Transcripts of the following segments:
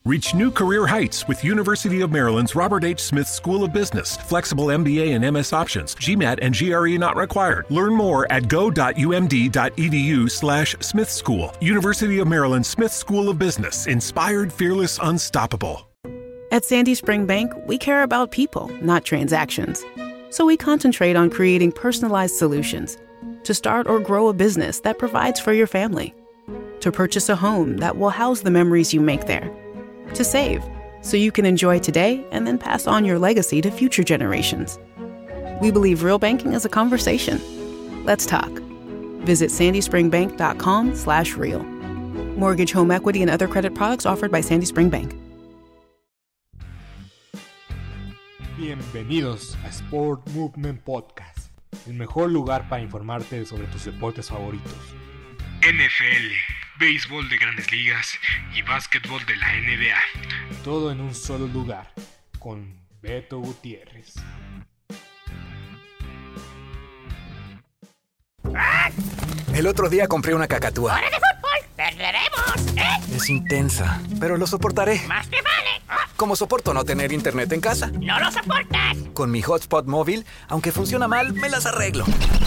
Reach new career heights with University of Maryland's Robert H. Smith School of Business. Flexible MBA and MS options. GMAT and GRE not required. Learn more at go.umd.edu/Smith School. University of Maryland Smith School of Business. Inspired, fearless, unstoppable. At Sandy Spring Bank, we care about people, not transactions. So we concentrate on creating personalized solutions to start or grow a business that provides for your family, to purchase a home that will house the memories you make there, to save so you can enjoy today and then pass on your legacy to future generations. We believe real banking is a conversation. Let's talk. Visit sandyspringbank.com/real. Mortgage, home equity, and other credit products offered by Sandy Spring Bank. Bienvenidos a Sport Movement Podcast, el mejor lugar para informarte sobre tus deportes favoritos. NFL, béisbol de grandes ligas y básquetbol de la NBA. Todo en un solo lugar, con Beto Gutiérrez. El otro día compré una cacatúa. ¡Hora de fútbol! ¡Perderemos! Es intensa, pero lo soportaré. ¡Más te vale! Como soporto no tener internet en casa. ¡No lo soportas! Con mi hotspot móvil, aunque funciona mal, me las arreglo.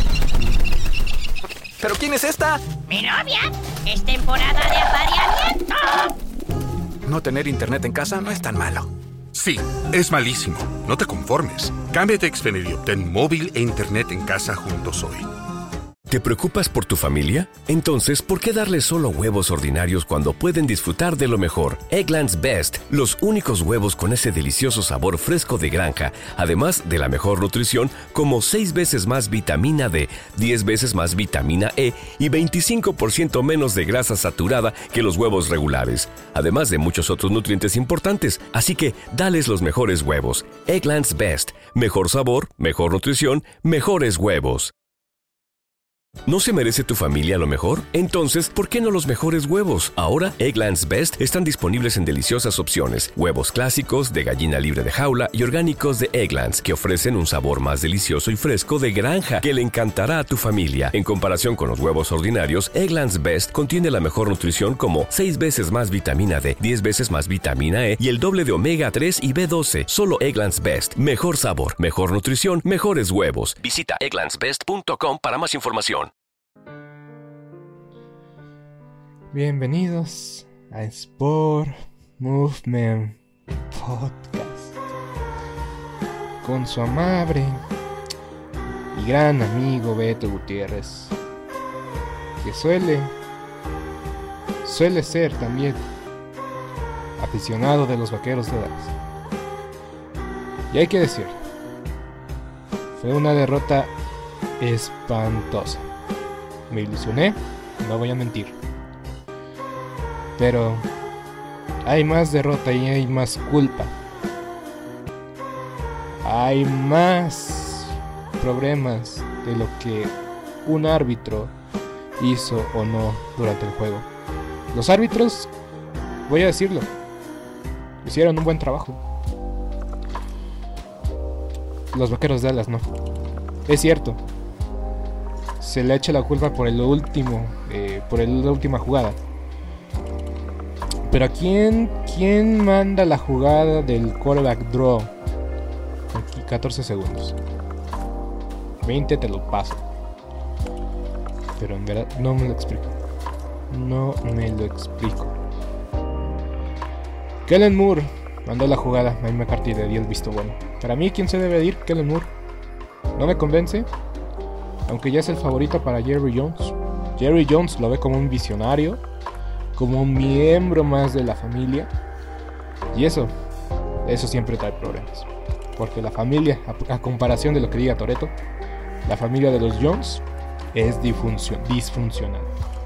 ¿Pero quién es esta? ¡Mi novia! ¡Es temporada de apareamiento! No tener internet en casa no es tan malo. Sí, es malísimo. No te conformes. Cámbiate a Xfinity y obtén móvil e internet en casa juntos hoy. ¿Te preocupas por tu familia? Entonces, ¿por qué darles solo huevos ordinarios cuando pueden disfrutar de lo mejor? Eggland's Best, los únicos huevos con ese delicioso sabor fresco de granja, además de la mejor nutrición, como 6 veces más vitamina D, 10 veces más vitamina E y 25% menos de grasa saturada que los huevos regulares, además de muchos otros nutrientes importantes. Así que, dales los mejores huevos. Eggland's Best, mejor sabor, mejor nutrición, mejores huevos. ¿No se merece tu familia lo mejor? Entonces, ¿por qué no los mejores huevos? Ahora, Eggland's Best están disponibles en deliciosas opciones. Huevos clásicos, de gallina libre de jaula y orgánicos de Eggland's, que ofrecen un sabor más delicioso y fresco de granja que le encantará a tu familia. En comparación con los huevos ordinarios, Eggland's Best contiene la mejor nutrición como 6 veces más vitamina D, 10 veces más vitamina E y el doble de omega 3 y B12. Solo Eggland's Best. Mejor sabor, mejor nutrición, mejores huevos. Visita egglandsbest.com para más información. Bienvenidos a Sport Movement Podcast con su amable y gran amigo Beto Gutiérrez, que suele ser también aficionado de los Vaqueros de Dallas. Y hay que decir, fue una derrota espantosa. Me ilusioné, no voy a mentir. Pero hay más derrota y hay más culpa. Hay más problemas de lo que un árbitro hizo o no durante el juego. Los árbitros, voy a decirlo, hicieron un buen trabajo. Los Vaqueros de Dallas no. Es cierto. Se le echa la culpa por la última jugada. Pero ¿quién manda la jugada del quarterback draw? Aquí 14 segundos. 20 te lo paso. Pero en verdad no me lo explico. Kellen Moore mandó la jugada. Mike McCarthy le dio el visto bueno. Para mí, ¿quién se debe ir? Kellen Moore. No me convence. Aunque ya es el favorito para Jerry Jones. Jerry Jones lo ve como un visionario, como un miembro más de la familia. Y eso siempre trae problemas. Porque la familia, a comparación de lo que diga Toretto, la familia de los Jones es disfuncional.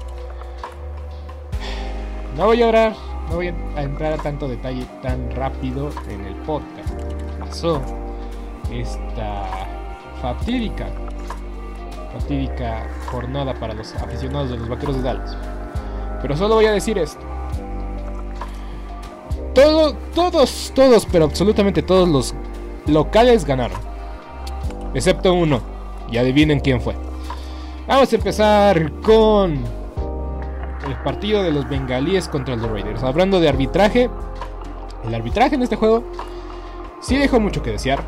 No voy a entrar a tanto detalle tan rápido en el podcast. Pasó esta fatídica jornada para los aficionados de los Vaqueros de Dallas. Pero solo voy a decir esto. Todos, pero absolutamente todos los locales ganaron. Excepto uno. Y adivinen quién fue. Vamos a empezar con el partido de los bengalíes contra los Raiders. Hablando de arbitraje, El arbitraje en este juego sí dejó mucho que desear.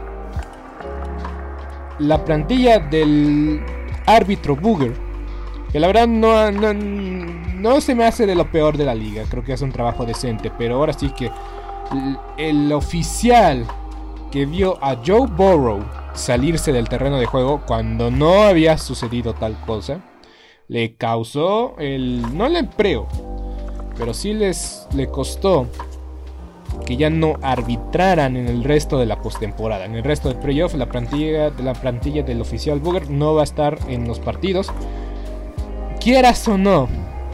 La plantilla del árbitro Booger, que la verdad no se me hace de lo peor de la liga, creo que hace un trabajo decente, pero ahora sí que el oficial que vio a Joe Burrow salirse del terreno de juego cuando no había sucedido tal cosa, le causó no el empleo, pero sí le costó que ya no arbitraran en el resto de la postemporada. En el resto del playoff, la plantilla del oficial Booger no va a estar en los partidos, quieras o no.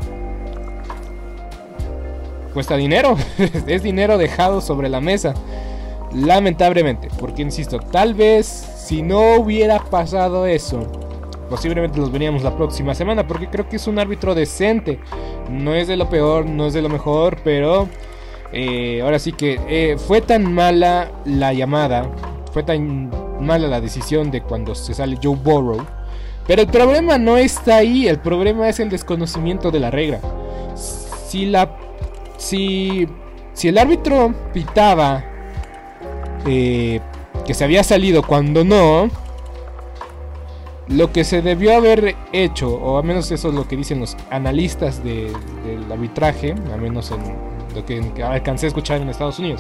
Cuesta dinero, es dinero dejado sobre la mesa, lamentablemente, porque insisto, tal vez si no hubiera pasado eso, posiblemente los veríamos la próxima semana, porque creo que es un árbitro decente, no es de lo peor, no es de lo mejor, pero ahora sí que fue tan mala la llamada, fue tan mala la decisión de cuando se sale Joe Burrow, pero el problema no está ahí, el problema es el desconocimiento de la regla. Si el árbitro pitaba que se había salido cuando no, lo que se debió haber hecho, o al menos eso es lo que dicen los analistas del arbitraje, al menos en lo que alcancé a escuchar en Estados Unidos,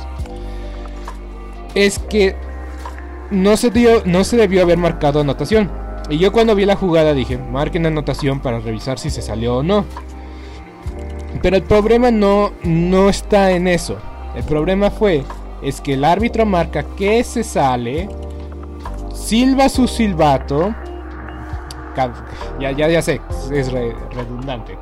es que no se debió haber marcado anotación. Y yo cuando vi la jugada dije, marquen anotación para revisar si se salió o no. Pero el problema no está en eso. El problema es que el árbitro marca que se sale, silba su silbato. Ya sé, es redundante.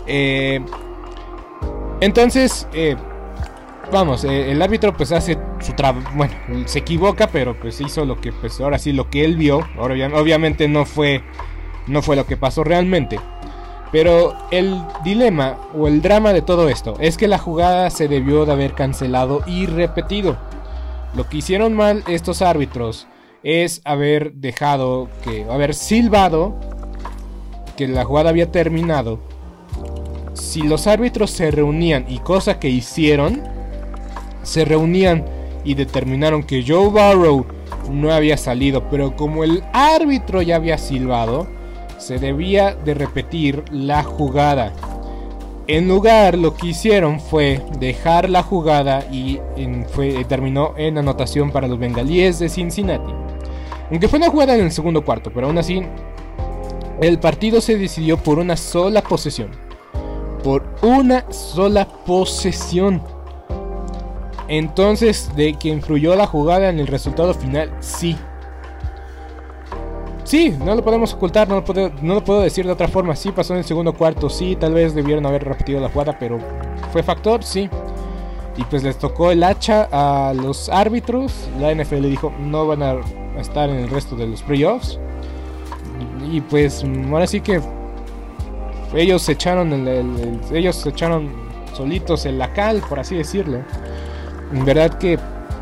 Entonces, el árbitro pues hace su trabajo. Bueno, se equivoca, pero pues hizo lo que, pues ahora sí, lo que él vio. Ahora, obviamente no fue lo que pasó realmente. Pero el dilema o el drama de todo esto es que la jugada se debió de haber cancelado y repetido. Lo que hicieron mal estos árbitros es haber silbado que la jugada había terminado. Si los árbitros se reunían, y cosa que hicieron, se reunían y determinaron que Joe Burrow no había salido, pero como el árbitro ya había silbado, se debía de repetir la jugada. En lugar, lo que hicieron fue dejar la jugada y terminó en anotación para los bengalíes de Cincinnati. Aunque fue una jugada en el segundo cuarto, pero aún así el partido se decidió por una sola posesión. Por una sola posesión. Entonces, ¿de que influyó la jugada en el resultado final? Sí. Sí, no lo podemos ocultar, no lo puedo decir de otra forma. Sí pasó en el segundo cuarto, sí, tal vez debieron haber repetido la jugada, pero ¿fue factor? Sí. Y pues les tocó el hacha a los árbitros. La NFL dijo, no van a estar en el resto de los playoffs. Y pues ahora sí que ellos se echaron solitos en la cal, por así decirlo. En verdad que,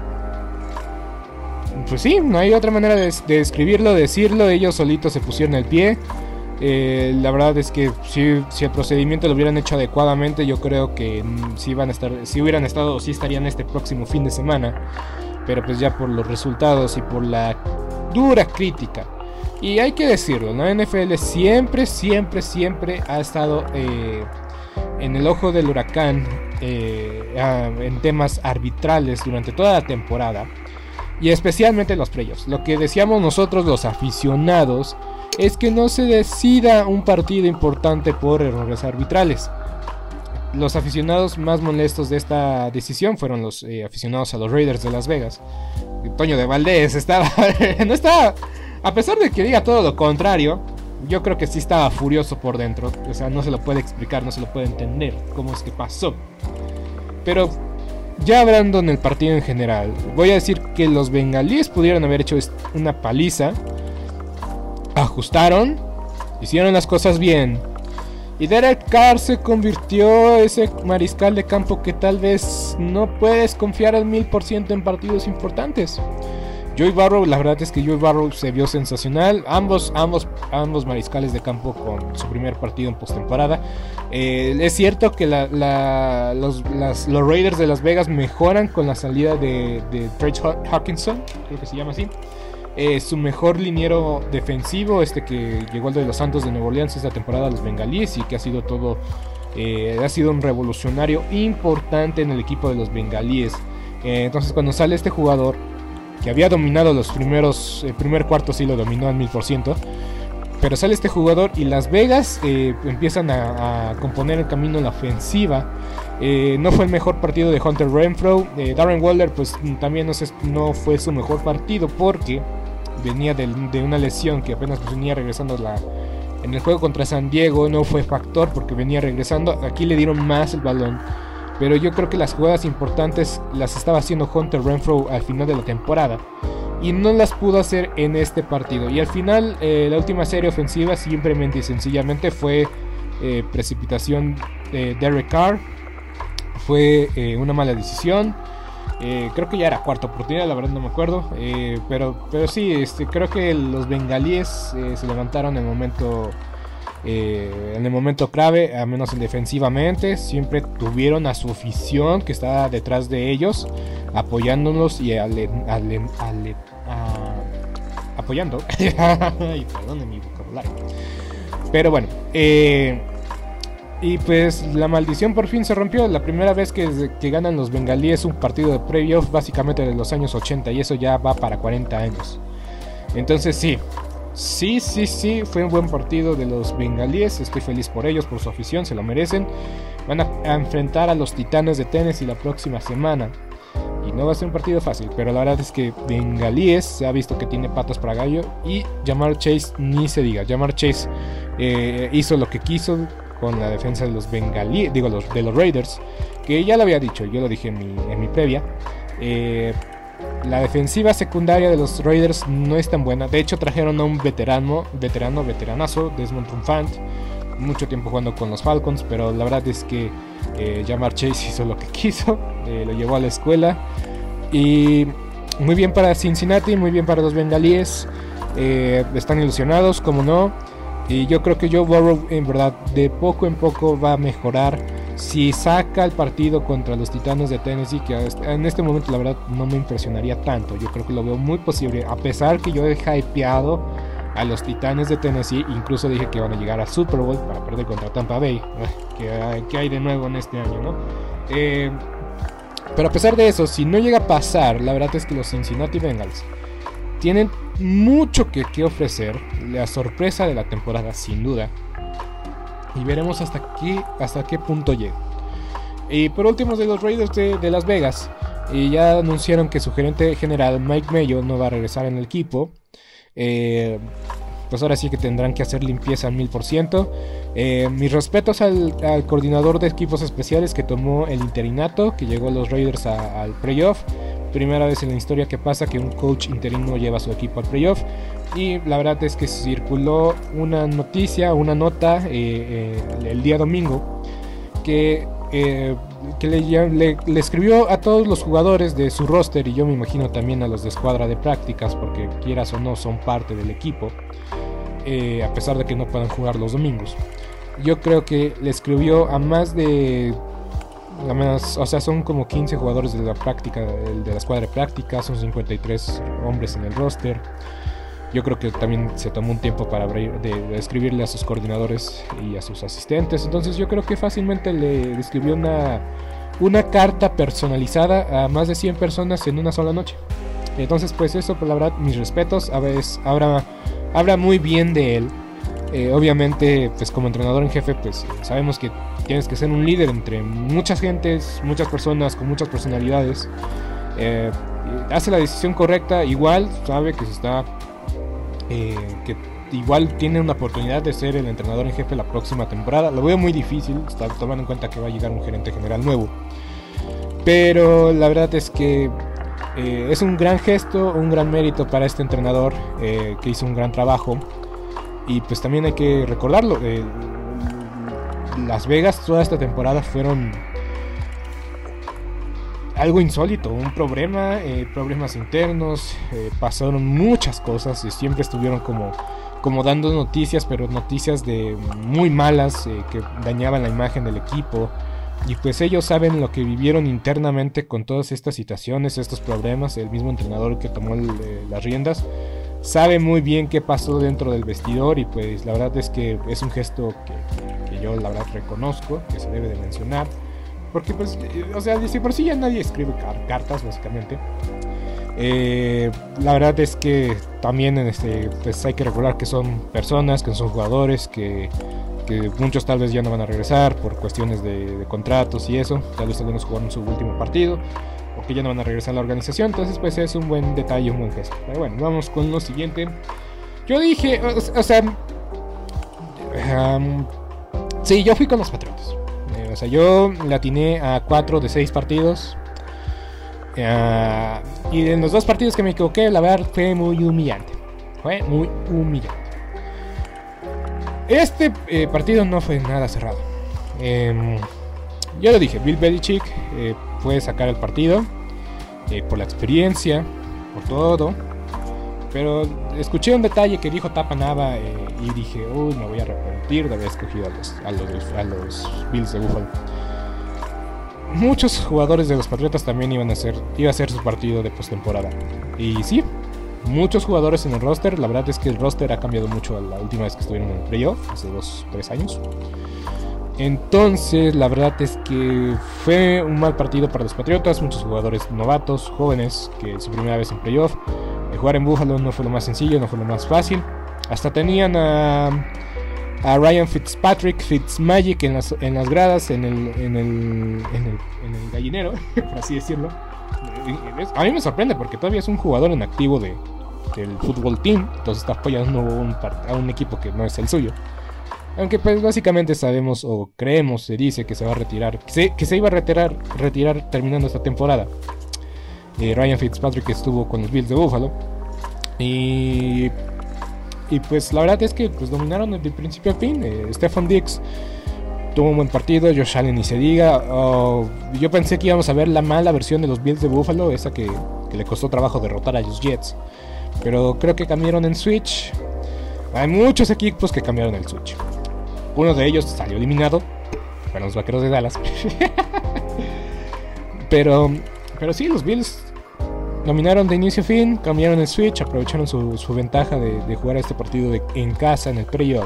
pues sí, no hay otra manera de describirlo, decirlo. Ellos solitos se pusieron el pie. La verdad es que si el procedimiento lo hubieran hecho adecuadamente, yo creo que sí estarían este próximo fin de semana. Pero pues ya por los resultados y por la dura crítica. Y hay que decirlo, ¿no? NFL siempre ha estado en el ojo del huracán en temas arbitrales durante toda la temporada. Y especialmente en los playoffs. Lo que decíamos nosotros los aficionados es que no se decida un partido importante por errores arbitrales. Los aficionados más molestos de esta decisión fueron los aficionados a los Raiders de Las Vegas. Toño de Valdés no estaba, a pesar de que diga todo lo contrario, yo creo que sí estaba furioso por dentro. O sea, no se lo puede explicar, no se lo puede entender cómo es que pasó. Pero ya hablando en el partido en general, voy a decir que los bengalíes pudieron haber hecho una paliza. Ajustaron, hicieron las cosas bien. Y Derek Carr se convirtió ese mariscal de campo que tal vez no puedes confiar al 1000% en partidos importantes. Joey Burrow, la verdad es que Joey Burrow se vio sensacional. Ambos mariscales de campo con su primer partido en postemporada. Es cierto que los Raiders de Las Vegas mejoran con la salida de Trey Hawkinson, creo que se llama así. Su mejor liniero defensivo, que llegó al de los Santos de Nueva Orleans esta temporada, los Bengalíes, y que ha sido un revolucionario importante en el equipo de los Bengalíes. Entonces, cuando sale este jugador que había dominado el primer cuarto, sí lo dominó al 1000%, pero sale este jugador y Las Vegas empiezan a componer el camino en la ofensiva. No fue el mejor partido de Hunter Renfrow. Darren Waller pues también no fue su mejor partido, porque venía de una lesión que apenas venía regresando en el juego contra San Diego. No fue factor porque venía regresando. Aquí le dieron más el balón, pero yo creo que las jugadas importantes las estaba haciendo Hunter Renfrow al final de la temporada y no las pudo hacer en este partido. Y al final la última serie ofensiva simplemente y sencillamente fue precipitación de Derek Carr. Fue una mala decisión. Creo que ya era cuarta oportunidad, la verdad no me acuerdo. Pero sí, creo que los Bengalíes se levantaron en el momento clave, al menos defensivamente. Siempre tuvieron a su afición que estaba detrás de ellos, apoyándonos y apoyando. Ay, perdón mi vocabulario. Pero bueno, y pues la maldición por fin se rompió. La primera vez que ganan los Bengalíes un partido de playoff, básicamente de los años 80, y eso ya va para 40 años. Entonces sí, fue un buen partido de los Bengalíes. Estoy feliz por ellos, por su afición, se lo merecen. Van a enfrentar a los Titanes de Tennessee la próxima semana y no va a ser un partido fácil, pero la verdad es que Bengalíes se ha visto que tiene patas para gallo, y Ja'Marr Chase ni se diga. Ja'Marr Chase hizo lo que quiso con la defensa de los Bengalíes, de los Raiders, que ya lo había dicho, yo lo dije en mi previa. La defensiva secundaria de los Raiders no es tan buena. De hecho, trajeron a un veteranazo, Desmond Trufant, mucho tiempo jugando con los Falcons, pero la verdad es que Ja'Marr Chase hizo lo que quiso, lo llevó a la escuela. Y muy bien para Cincinnati, muy bien para los Bengalíes. Están ilusionados, como no. Y yo creo que Joe Burrow en verdad de poco en poco va a mejorar. Si saca el partido contra los Titanes de Tennessee, que en este momento la verdad no me impresionaría tanto, yo creo que lo veo muy posible, a pesar que yo he hypeado a los Titanes de Tennessee, incluso dije que van a llegar a Super Bowl para perder contra Tampa Bay, que hay de nuevo en este año, ¿no? Pero a pesar de eso, si no llega a pasar, la verdad es que los Cincinnati Bengals tienen mucho que ofrecer, la sorpresa de la temporada sin duda. Y veremos hasta qué punto llega. Y por último, de los Raiders de Las Vegas, ya anunciaron que su gerente general Mike Mayo no va a regresar en el equipo. Pues ahora sí que tendrán que hacer limpieza al 1000%. Mis respetos al coordinador de equipos especiales que tomó el interinato, que llegó a los Raiders al playoff. Primera vez en la historia que pasa que un coach interino lleva a su equipo al playoff. Y la verdad es que circuló una nota el día domingo que le escribió a todos los jugadores de su roster, y yo me imagino también a los de escuadra de prácticas, porque quieras o no son parte del equipo, a pesar de que no puedan jugar los domingos. Yo creo que le escribió a más de... o sea, son como 15 jugadores de la práctica, de la escuadra de práctica, son 53 hombres en el roster. Yo creo que también se tomó un tiempo para de escribirle a sus coordinadores y a sus asistentes. Entonces yo creo que fácilmente le escribió una carta personalizada a más de 100 personas en una sola noche. Entonces pues eso, pues la verdad, mis respetos. A veces habla muy bien de él. Obviamente pues como entrenador en jefe pues sabemos que tienes que ser un líder entre muchas gentes, muchas personas con muchas personalidades. Hace la decisión correcta, igual sabe que que igual tiene una oportunidad de ser el entrenador en jefe la próxima temporada. Lo veo muy difícil, tomando en cuenta que va a llegar un gerente general nuevo, pero la verdad es que es un gran gesto, un gran mérito para este entrenador, que hizo un gran trabajo. Y pues también hay que recordarlo, Las Vegas toda esta temporada fueron algo insólito, un problema, problemas internos, pasaron muchas cosas y siempre estuvieron como dando noticias, pero noticias de muy malas, que dañaban la imagen del equipo. Y pues ellos saben lo que vivieron internamente con todas estas situaciones, estos problemas. El mismo entrenador que tomó las riendas sabe muy bien qué pasó dentro del vestidor. Y pues la verdad es que es un gesto que yo la verdad reconozco, que se debe de mencionar. Porque pues, o sea, si por sí ya nadie escribe cartas básicamente. La verdad es que también pues hay que recordar que son personas, que son jugadores, que muchos tal vez ya no van a regresar por cuestiones de contratos y eso. Tal vez algunos jugaron su último partido o que ya no van a regresar a la organización. Entonces pues es un buen detalle, un buen gesto. Pero bueno, vamos con lo siguiente. Yo dije, o sea, sí, yo fui con los Patriotas. O sea, yo le atiné a 4 de 6 partidos. Y en los 2 partidos que me equivoqué, la verdad fue muy humillante. Fue muy humillante. Este partido no fue nada cerrado. Yo lo dije, Bill Belichick puede sacar el partido por la experiencia, por todo. Pero escuché un detalle que dijo Tapa Nava y dije, uy, me voy a arrepentir de haber escogido a los Bills de Buffalo. Muchos jugadores de los Patriotas también iba a ser su partido de postemporada. Y sí, muchos jugadores en el roster. La verdad es que el roster ha cambiado mucho a la última vez que estuvieron en el playoff, hace 2-3 años. Entonces la verdad es que fue un mal partido para los Patriotas. Muchos jugadores novatos, jóvenes, que su primera vez en playoff. Jugar en Buffalo no fue lo más sencillo, no fue lo más fácil. Hasta tenían a Ryan Fitzmagic en las gradas, en el gallinero, por así decirlo. A mí me sorprende porque todavía es un jugador en activo del fútbol team. Entonces está apoyando a un equipo que no es el suyo. Aunque pues básicamente sabemos o creemos, se dice que se va a retirar, que se iba a retirar terminando esta temporada. Ryan Fitzpatrick estuvo con los Bills de Buffalo. Y pues la verdad es que pues dominaron desde el principio a fin. Stefon Diggs tuvo un buen partido. Josh Allen ni se diga. Yo pensé que íbamos a ver la mala versión de los Bills de Buffalo, esa que le costó trabajo derrotar a los Jets. Pero creo que cambiaron en switch. Hay muchos equipos que cambiaron el switch. Uno de ellos salió eliminado, fueron los Vaqueros de Dallas. Pero sí, los Bills dominaron de inicio a fin, cambiaron el switch, aprovecharon su ventaja de jugar este partido en casa en el playoff.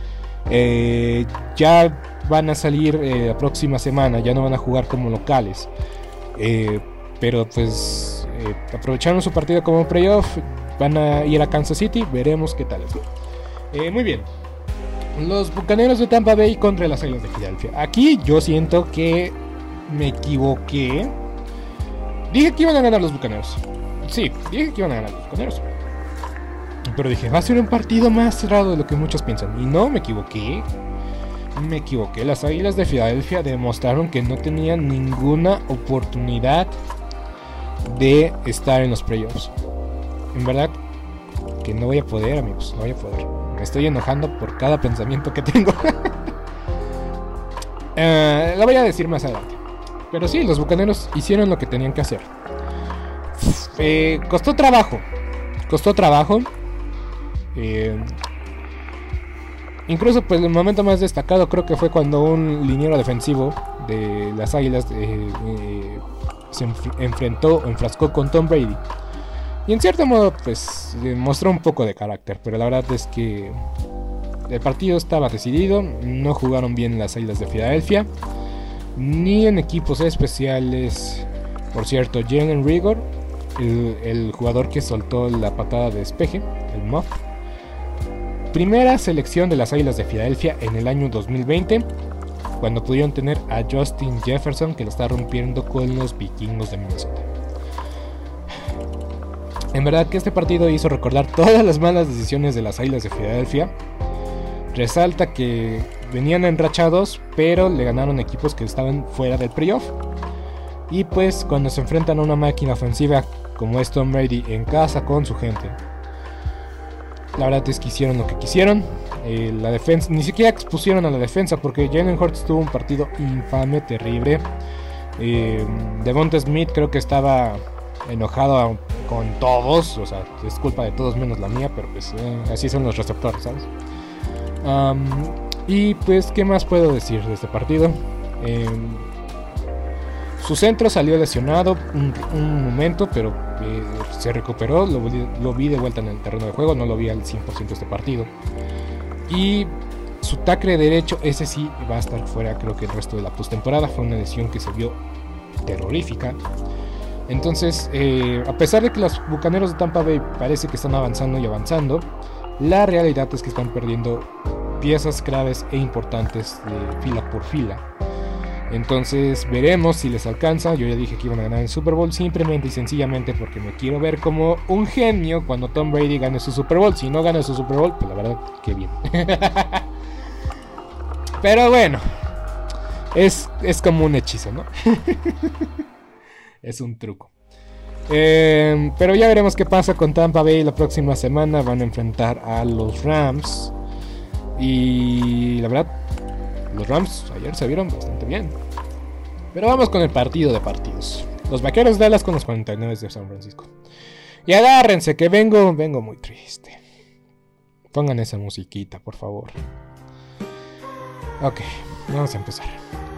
Ya van a salir la próxima semana, ya no van a jugar como locales. Pero pues aprovecharon su partido como playoff, van a ir a Kansas City, veremos qué tal es. Muy bien. Los Bucaneros de Tampa Bay contra las Águilas de Filadelfia. Aquí yo siento que me equivoqué. Dije que iban a ganar los Bucaneros. Sí, dije que iban a ganar los Bucaneros. Pero dije, va a ser un partido más cerrado de lo que muchos piensan. Y no, me equivoqué. Las Águilas de Filadelfia demostraron que no tenían ninguna oportunidad de estar en los playoffs. En verdad que no voy a poder, amigos. No voy a poder. Me estoy enojando por cada pensamiento que tengo. Lo voy a decir más adelante. Pero sí, los Bucaneros hicieron lo que tenían que hacer. Costó trabajo. Incluso pues el momento más destacado creo que fue cuando un liniero defensivo de las Águilas se enfrascó con Tom Brady. Y en cierto modo pues mostró un poco de carácter. Pero la verdad es que el partido estaba decidido. No jugaron bien las Águilas de Filadelfia, ni en equipos especiales. Por cierto, Jalen Rigor, el jugador que soltó la patada de despeje, el muff, primera selección de las Águilas de Filadelfia en el año 2020, cuando pudieron tener a Justin Jefferson, que lo está rompiendo con los Vikingos de Minnesota. En verdad que este partido hizo recordar todas las malas decisiones de las Águilas de Filadelfia. Resalta que venían enrachados, pero le ganaron equipos que estaban fuera del playoff. Y pues cuando se enfrentan a una máquina ofensiva como es Tom Brady en casa con su gente, la verdad es que hicieron lo que quisieron. La defensa, ni siquiera expusieron a la defensa, porque Jalen Hurts tuvo un partido infame, terrible. Devonta Smith creo que estaba enojado con todos, o sea, es culpa de todos menos la mía, pero pues así son los receptores, ¿sabes? Y pues, ¿qué más puedo decir de este partido? Su centro salió lesionado un momento, pero se recuperó, lo vi de vuelta en el terreno de juego, no lo vi al 100% este partido. Y su tackle derecho, ese sí va a estar fuera, creo que el resto de la postemporada. Fue una lesión que se vio terrorífica. Entonces, a pesar de que los Bucaneros de Tampa Bay parece que están avanzando y avanzando, la realidad es que están perdiendo piezas claves e importantes de fila por fila. Entonces veremos si les alcanza. Yo ya dije que iban a ganar el Super Bowl simplemente y sencillamente porque me quiero ver como un genio cuando Tom Brady gane su Super Bowl. Si no gana su Super Bowl, pues la verdad, qué bien. Pero bueno, es como un hechizo, ¿no? Es un truco. Pero ya veremos qué pasa con Tampa Bay. La próxima semana van a enfrentar a los Rams. Y la verdad, los Rams ayer se vieron bastante bien. Pero vamos con el partido de partidos. Los Vaqueros de Dallas con los 49 de San Francisco. Y agárrense que vengo muy triste. Pongan esa musiquita, por favor. Ok, vamos a empezar.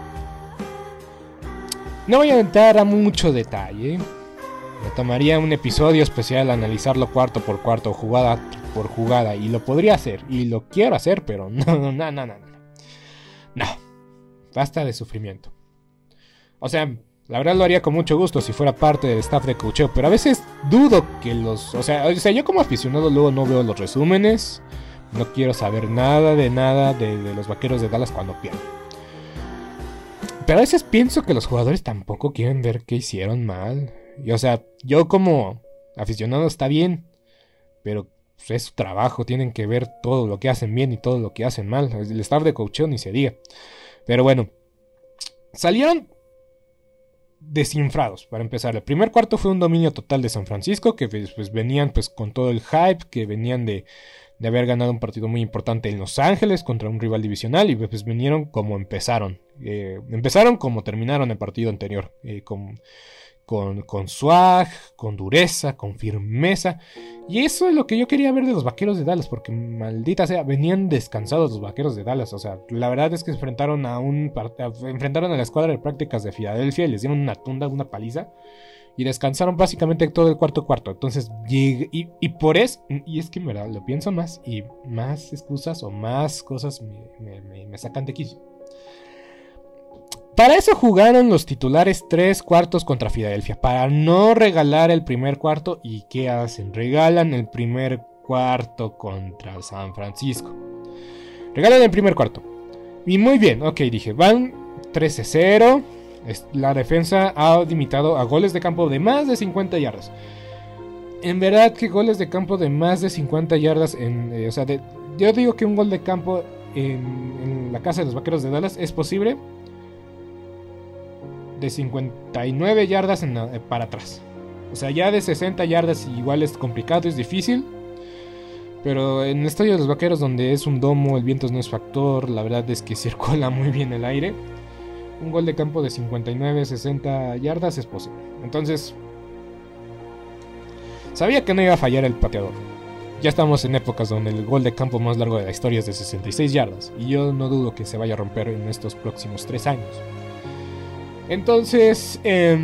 No voy a entrar a mucho detalle. Me tomaría un episodio especial analizarlo cuarto por cuarto, jugada por jugada. Y lo podría hacer, y lo quiero hacer, pero no. No, basta de sufrimiento. O sea, la verdad lo haría con mucho gusto si fuera parte del staff de coacheo, pero a veces dudo que o sea, yo como aficionado luego no veo los resúmenes. No quiero saber nada de los Vaqueros de Dallas cuando pierden. Pero a veces pienso que los jugadores tampoco quieren ver qué hicieron mal. Y o sea, yo como aficionado está bien, pero pues, es su trabajo, tienen que ver todo lo que hacen bien y todo lo que hacen mal. El staff de coacheo ni se diga. Pero bueno, salieron desinflados para empezar. El primer cuarto fue un dominio total de San Francisco, que pues venían pues con todo el hype, que venían de haber ganado un partido muy importante en Los Ángeles contra un rival divisional, y pues vinieron como empezaron. Empezaron como terminaron el partido anterior, con swag, con dureza, con firmeza. Y eso es lo que yo quería ver de los Vaqueros de Dallas, porque maldita sea, venían descansados los Vaqueros de Dallas. O sea, la verdad es que enfrentaron a la escuadra de prácticas de Filadelfia y les dieron una tunda, una paliza. Y descansaron básicamente todo el cuarto. Entonces, y por eso, y es que en verdad lo pienso más, y más excusas o más cosas me sacan de quicio. Para eso jugaron los titulares 3 cuartos contra Filadelfia, para no regalar el primer cuarto. ¿Y qué hacen? Regalan el primer cuarto contra San Francisco. Regalan el primer cuarto. Y muy bien, ok, dije, van 13-0. La defensa ha limitado a goles de campo de más de 50 yardas. En verdad que goles de campo de más de 50 yardas, yo digo que un gol de campo en la casa de los Vaqueros de Dallas es posible de 59 yardas para atrás. O sea, ya de 60 yardas igual es complicado, es difícil. Pero en el estadio de los Vaqueros, donde es un domo, el viento no es factor, la verdad es que circula muy bien el aire. Un gol de campo de 59, 60 yardas es posible. Entonces, sabía que no iba a fallar el pateador. Ya estamos en épocas donde el gol de campo más largo de la historia es de 66 yardas. Y yo no dudo que se vaya a romper en estos próximos 3 años. Entonces,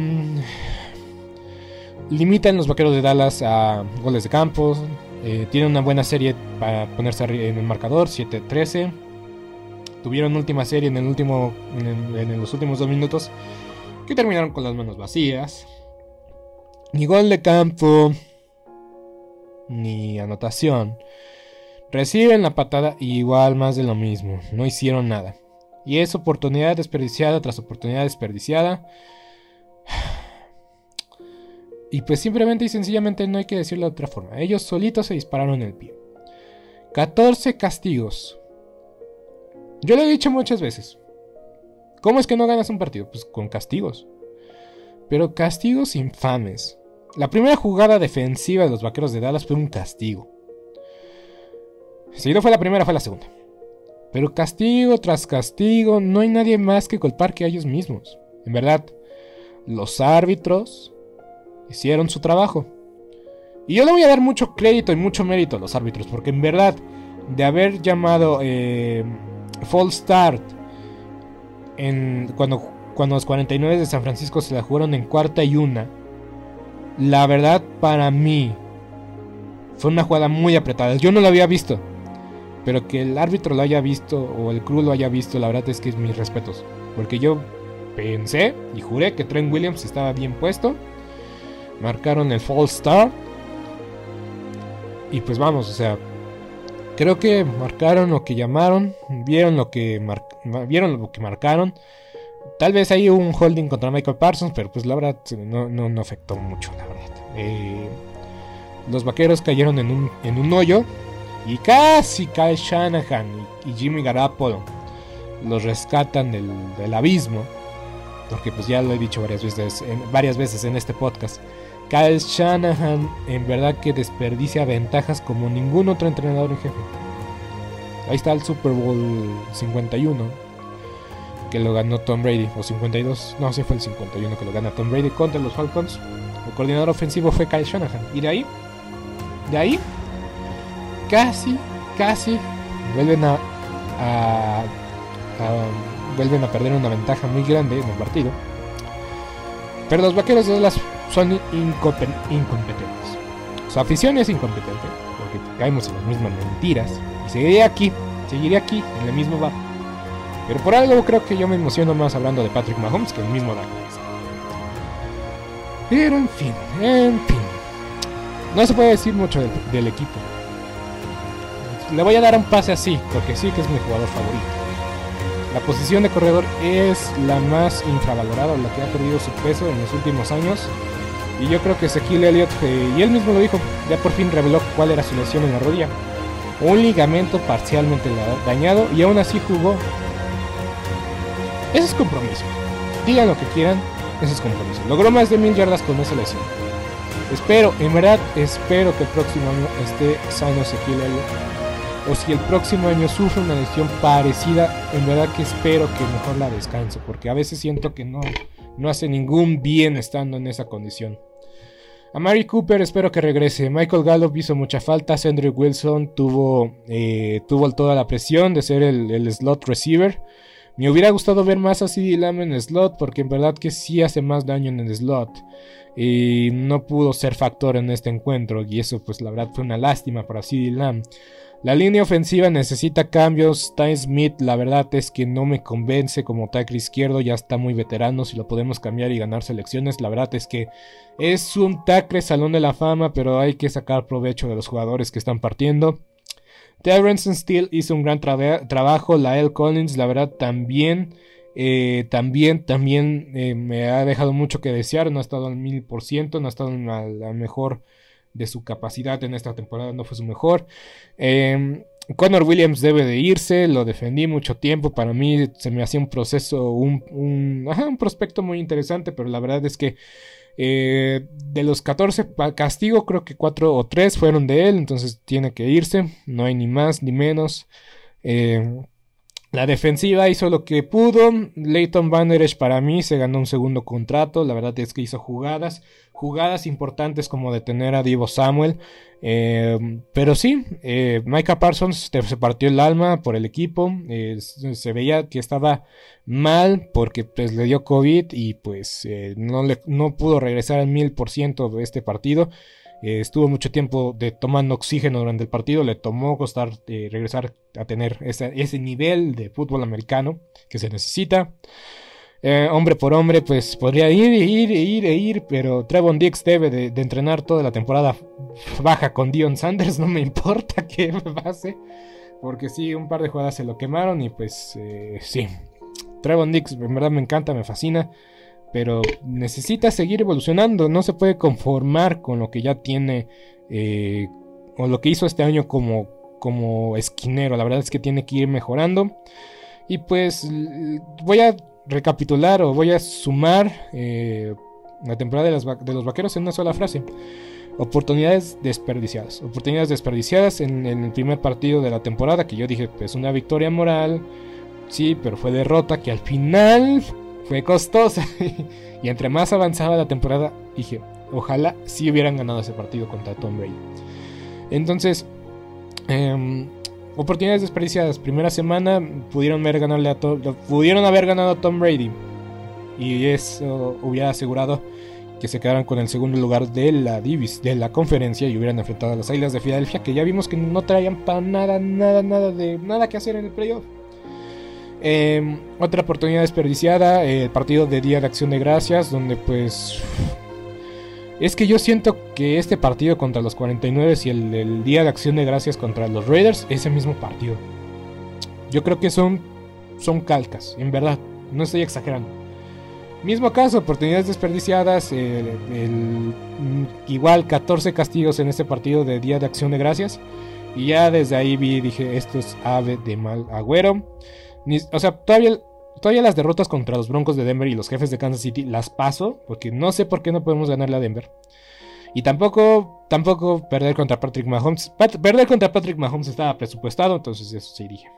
limitan los Vaqueros de Dallas a goles de campo. Tienen una buena serie para ponerse en el marcador, 7-13. Tuvieron última serie en los últimos 2 minutos, que terminaron con las manos vacías. Ni gol de campo, ni anotación. Reciben la patada y igual más de lo mismo. No hicieron nada. Y es oportunidad desperdiciada tras oportunidad desperdiciada. Y pues simplemente y sencillamente no hay que decirlo de otra forma. Ellos solitos se dispararon en el pie. 14 castigos. Yo lo he dicho muchas veces. ¿Cómo es que no ganas un partido? Pues con castigos. Pero castigos infames. La primera jugada defensiva de los Vaqueros de Dallas fue un castigo. Si no fue la primera, fue la segunda. Pero castigo tras castigo, no hay nadie más que culpar que a ellos mismos. En verdad, los árbitros hicieron su trabajo. Y yo le voy a dar mucho crédito y mucho mérito a los árbitros, porque en verdad, de haber llamado false start cuando los 49 de San Francisco se la jugaron en 4ª y 1, la verdad para mí fue una jugada muy apretada. Yo no lo había visto, pero que el árbitro lo haya visto o el crew lo haya visto, la verdad es que es mis respetos, porque yo pensé y juré que Trent Williams estaba bien puesto. Marcaron el false start y pues vamos, o sea, creo que marcaron lo que llamaron, vieron lo que marcaron. Tal vez hay un holding contra Michael Parsons, pero pues la verdad no afectó mucho, la verdad. Los vaqueros cayeron en un hoyo y casi Kyle Shanahan y Jimmy Garoppolo los rescatan del abismo, porque pues ya lo he dicho varias veces en este podcast. Kyle Shanahan en verdad que desperdicia ventajas como ningún otro entrenador en jefe. Ahí está el Super Bowl 51 que lo ganó Tom Brady, o 52, no, sí fue el 51 que lo gana Tom Brady contra los Falcons. El coordinador ofensivo fue Kyle Shanahan. Y de ahí casi vuelven vuelven a perder una ventaja muy grande en el partido. Pero los vaqueros de Dallas son incompetentes. Su afición es incompetente, porque caemos en las mismas mentiras. Y seguiré aquí en el mismo bar. Pero por algo creo que yo me emociono más hablando de Patrick Mahomes que el mismo Dak Prescott. Pero en fin. No se puede decir mucho del equipo. Le voy a dar un pase así, porque sí que es mi jugador favorito. La posición de corredor es la más infravalorada, la que ha perdido su peso en los últimos años. Y yo creo que Ezekiel Elliott, y él mismo lo dijo, ya por fin reveló cuál era su lesión en la rodilla. Un ligamento parcialmente dañado, y aún así jugó. Ese es compromiso. Digan lo que quieran, ese es compromiso. Logró más de 1000 yardas con esa lesión. En verdad espero que el próximo año esté sano Ezekiel Elliott. O si el próximo año sufre una lesión parecida, en verdad que espero que mejor la descanse, porque a veces siento que no hace ningún bien estando en esa condición. A Amari Cooper espero que regrese. Michael Gallup hizo mucha falta. Cedric Wilson tuvo toda la presión de ser el slot receiver. Me hubiera gustado ver más a CeeDee Lamb en el slot, porque en verdad que sí hace más daño en el slot. Y no pudo ser factor en este encuentro, y eso pues la verdad fue una lástima para CeeDee Lamb. La línea ofensiva necesita cambios. Ty Smith la verdad es que no me convence como tackle izquierdo, ya está muy veterano. Si lo podemos cambiar y ganar selecciones, la verdad es que es un tackle salón de la fama, pero hay que sacar provecho de los jugadores que están partiendo. Terrence Steele hizo un gran trabajo. Lael Collins la verdad también me ha dejado mucho que desear. No ha estado al 1000%, no ha estado a la mejor de su capacidad en esta temporada, no fue su mejor. Connor Williams debe de irse, lo defendí mucho tiempo. Para mí se me hacía un proceso, un prospecto muy interesante, pero la verdad es que de los 14 castigo, creo que 4 o 3 fueron de él, entonces tiene que irse, no hay ni más ni menos. La defensiva hizo lo que pudo. Leighton Vander Esch para mí se ganó un segundo contrato. La verdad es que hizo jugadas importantes como detener a Deebo Samuel. Pero sí, Micah Parsons se partió el alma por el equipo. Se veía que estaba mal porque pues le dio COVID y pues no pudo regresar al 1000% de este partido. Estuvo mucho tiempo tomando oxígeno durante el partido. Le tomó costar regresar a tener ese nivel de fútbol americano que se necesita. Hombre por hombre, pues podría ir, pero Trevon Diggs debe de entrenar toda la temporada baja con Deion Sanders. No me importa qué pase, porque sí, un par de jugadas se lo quemaron y pues sí. Trevon Diggs en verdad me encanta, me fascina, pero necesita seguir evolucionando. No se puede conformar con lo que ya tiene o lo que hizo este año como esquinero. La verdad es que tiene que ir mejorando. Y pues voy a recapitular o voy a sumar la temporada de los Vaqueros en una sola frase: oportunidades desperdiciadas. Oportunidades desperdiciadas en el primer partido de la temporada, que yo dije pues una victoria moral, sí, pero fue derrota, que al final fue costosa. Y entre más avanzaba la temporada, dije, ojalá sí hubieran ganado ese partido contra Tom Brady. Entonces, oportunidades desperdiciadas. Primera semana pudieron haber ganado a Tom Brady. Y eso hubiera asegurado que se quedaran con el segundo lugar de la conferencia y hubieran enfrentado a las Águilas de Filadelfia, que ya vimos que no traían para nada que hacer en el playoff. Otra oportunidad desperdiciada, el partido de Día de Acción de Gracias, donde pues... Es que yo siento que este partido contra los 49 y el del Día de Acción de Gracias contra los Raiders es el mismo partido. Yo creo que son calcas, en verdad, no estoy exagerando. Mismo caso, oportunidades desperdiciadas, igual 14 castigos en este partido de Día de Acción de Gracias. Y ya desde ahí dije, esto es ave de mal agüero. O sea, todavía las derrotas contra los Broncos de Denver y los Jefes de Kansas City las paso, porque no sé por qué no podemos ganarle a Denver. Y tampoco perder contra Patrick Mahomes. Perder contra Patrick Mahomes estaba presupuestado, entonces eso sí dije.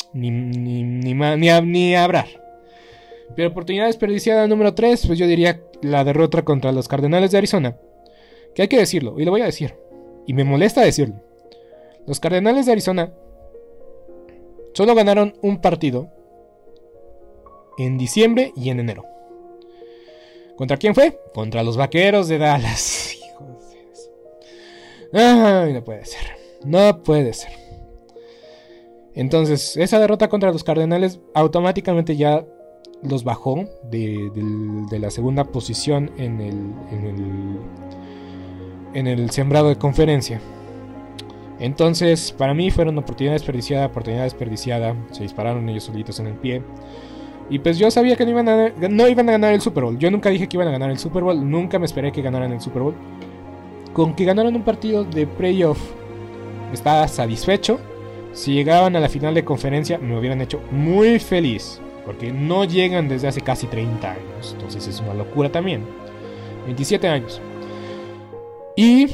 Ni hablar. Pero oportunidad desperdiciada número 3, pues yo diría la derrota contra los Cardenales de Arizona. Que hay que decirlo, y lo voy a decir. Y me molesta decirlo. Los Cardenales de Arizona solo ganaron un partido en diciembre y en enero. ¿Contra quién fue? Contra los Vaqueros de Dallas. Hijos de eso. Ay, no puede ser. No puede ser. Entonces, esa derrota contra los Cardenales automáticamente ya los bajó de la segunda posición en el sembrado de conferencia. Entonces, para mí fueron oportunidad desperdiciada. Se dispararon ellos solitos en el pie. Y pues yo sabía que no iban a ganar el Super Bowl. Yo nunca dije que iban a ganar el Super Bowl. Nunca me esperé que ganaran el Super Bowl. Con que ganaron un partido de playoff, estaba satisfecho. Si llegaban a la final de conferencia, me hubieran hecho muy feliz. Porque no llegan desde hace casi 30 años. Entonces es una locura también. 27 años. Y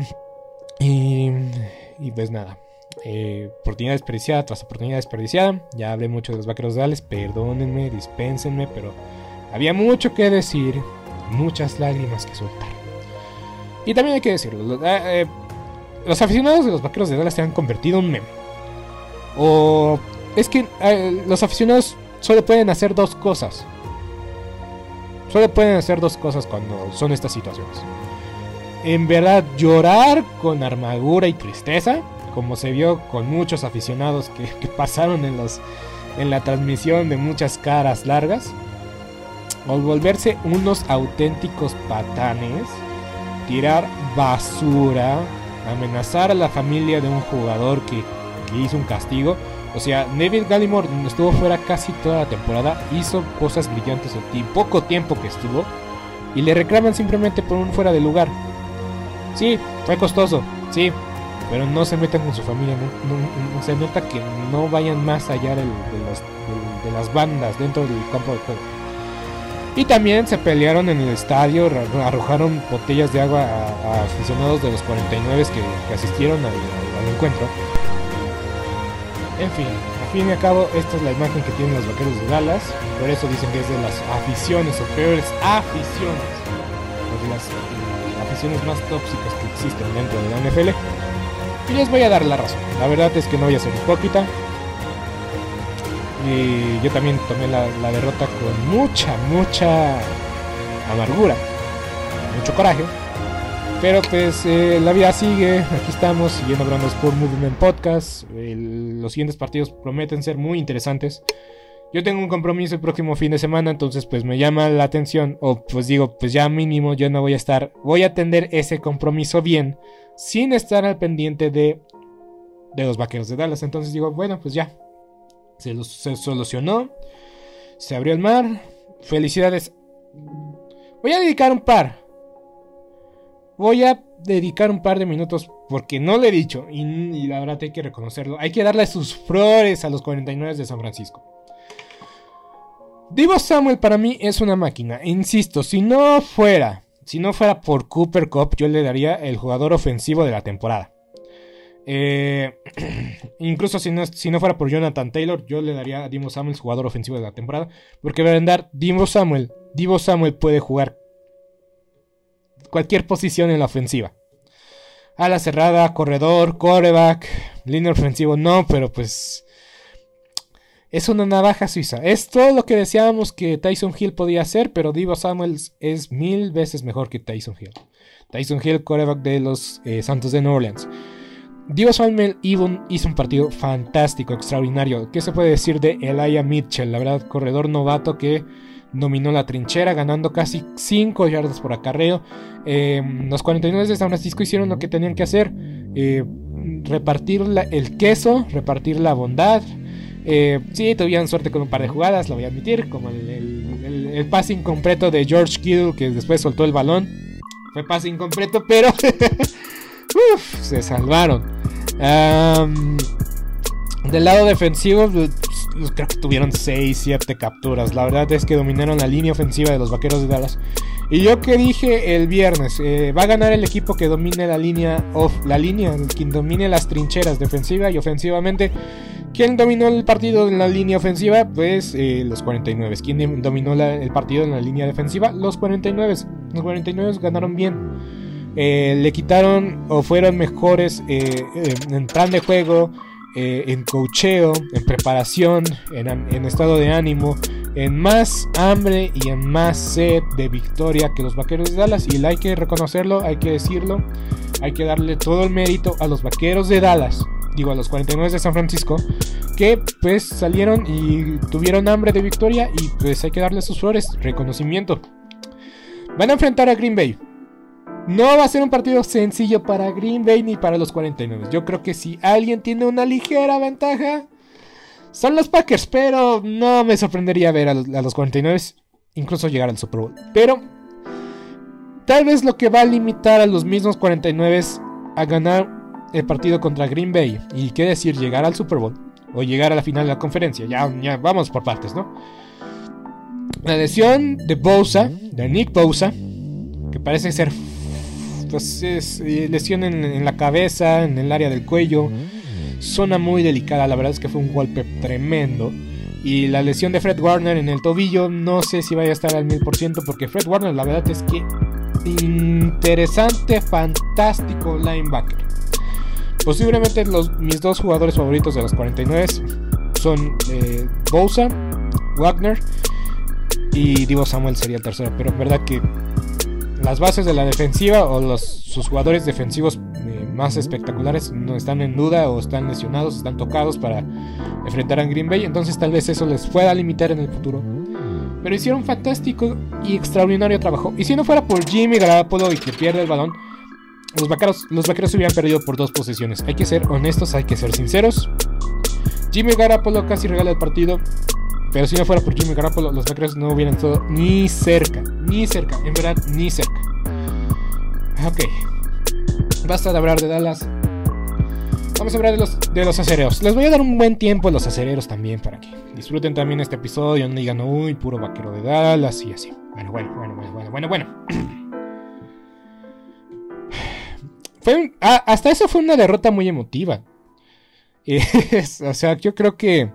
pues nada. Oportunidad desperdiciada tras oportunidad desperdiciada. Ya hablé mucho de los Vaqueros de Dallas. Perdónenme, dispénsenme, pero había mucho que decir. Muchas lágrimas que soltar. Y también hay que decirlo. Los aficionados de los Vaqueros de Dallas se han convertido en un meme. O es que los aficionados solo pueden hacer dos cosas. Solo pueden hacer dos cosas cuando son estas situaciones. En verdad, llorar con amargura y tristeza, como se vio con muchos aficionados que pasaron en la transmisión de muchas caras largas. O volverse unos auténticos patanes, tirar basura, amenazar a la familia de un jugador que hizo un castigo. O sea, David Gallimore estuvo fuera casi toda la temporada, hizo cosas brillantes en poco tiempo que estuvo, y le reclaman simplemente por un fuera de lugar. Sí, fue costoso, sí, pero no se metan con su familia, no se nota que no vayan más allá de las bandas dentro del campo de juego. Y también se pelearon en el estadio, arrojaron botellas de agua a aficionados de los 49 que asistieron al encuentro. En fin, al fin y al cabo, esta es la imagen que tienen los Vaqueros de Dallas. Por eso dicen que es de las aficiones o peores aficiones, o de las aficiones más tóxicas que existen dentro de la NFL. Y les voy a dar la razón. La verdad es que no voy a ser hipócrita. Y yo también tomé la derrota con mucha amargura, mucho coraje. Pero pues la vida sigue, aquí estamos siguiendo hablando de Sport Movement Podcast. Los siguientes partidos prometen ser muy interesantes. Yo tengo un compromiso el próximo fin de semana, entonces pues me llama la atención. O pues digo, pues ya mínimo yo no voy a atender ese compromiso bien, sin estar al pendiente de los Vaqueros de Dallas. Entonces digo, bueno, pues ya, se solucionó, se abrió el mar, felicidades. Voy a dedicar un par de minutos, porque no lo he dicho, y la verdad hay que reconocerlo. Hay que darle sus flores a los 49 de San Francisco. Deebo Samuel para mí es una máquina. Insisto, si no fuera por Cooper Kupp, yo le daría el jugador ofensivo de la temporada. Incluso si no fuera por Jonathan Taylor, yo le daría a Deebo Samuel jugador ofensivo de la temporada. Porque de verdad, Deebo Samuel puede jugar cualquier posición en la ofensiva. Ala cerrada, corredor, quarterback, línea ofensivo no, pero pues es una navaja suiza. Es todo lo que decíamos que Taysom Hill podía hacer, pero Deebo Samuel es 1000 veces mejor que Taysom Hill. Taysom Hill, quarterback de los Santos de Nueva Orleans. Deebo Samuel hizo un partido fantástico, extraordinario. ¿Qué se puede decir de Elijah Mitchell? La verdad, corredor novato que dominó la trinchera, ganando casi 5 yardas por acarreo. Los 49 de San Francisco hicieron lo que tenían que hacer. Repartir el queso, repartir la bondad. Sí, tuvieron suerte con un par de jugadas, lo voy a admitir, como el pase incompleto de George Kittle, que después soltó el balón. Fue pase incompleto, pero se salvaron. Del lado defensivo, creo que tuvieron 6-7 capturas. La verdad es que dominaron la línea ofensiva de los Vaqueros de Dallas. Y yo que dije el viernes, va a ganar el equipo que domine quien domine las trincheras defensiva y ofensivamente. ¿Quién dominó el partido en la línea ofensiva? Pues los 49. ¿Quién dominó el partido en la línea defensiva? Los 49. Los 49 ganaron bien. Le quitaron o fueron mejores en plan de juego, en coacheo, en preparación, en estado de ánimo, en más hambre y en más sed de victoria que los Vaqueros de Dallas. Y hay que reconocerlo, hay que decirlo, hay que darle todo el mérito a los Vaqueros de Dallas, a los 49 de San Francisco, que pues salieron y tuvieron hambre de victoria. Y pues hay que darle sus flores, reconocimiento. Van a enfrentar a Green Bay. No va a ser un partido sencillo para Green Bay ni para los 49. Yo creo que si alguien tiene una ligera ventaja, son los Packers. Pero no me sorprendería ver a los 49 incluso llegar al Super Bowl. Pero tal vez lo que va a limitar a los mismos 49 a ganar el partido contra Green Bay, y qué decir, llegar al Super Bowl o llegar a la final de la conferencia. Ya vamos por partes, ¿no? La lesión de Nick Bosa, que parece ser pues es lesión en la cabeza, en el área del cuello. Zona muy delicada, la verdad es que fue un golpe tremendo. Y la lesión de Fred Warner en el tobillo, no sé si vaya a estar al 1000%, porque Fred Warner, la verdad es que interesante, fantástico linebacker. Posiblemente mis dos jugadores favoritos de los 49 son Bosa, Wagner y Deebo Samuel sería el tercero. Pero es verdad que las bases de la defensiva o sus jugadores defensivos más espectaculares no están en duda, o están lesionados, están tocados para enfrentar a Green Bay. Entonces tal vez eso les pueda limitar en el futuro. Pero hicieron fantástico y extraordinario trabajo. Y si no fuera por Jimmy Garoppolo y que pierde el balón, los vaqueros hubieran perdido por 2 posesiones. Hay que ser honestos, hay que ser sinceros. Jimmy Garoppolo casi regala el partido, pero si no fuera por Jimmy Garoppolo, los vaqueros no hubieran estado ni cerca, en verdad, ni cerca. Ok, basta de hablar de Dallas. Vamos a hablar de los acereros. Les voy a dar un buen tiempo a los acereros también, para que disfruten también este episodio. No digan, uy, puro vaquero de Dallas y así. Bueno. Hasta eso fue una derrota muy emotiva. O sea, yo creo que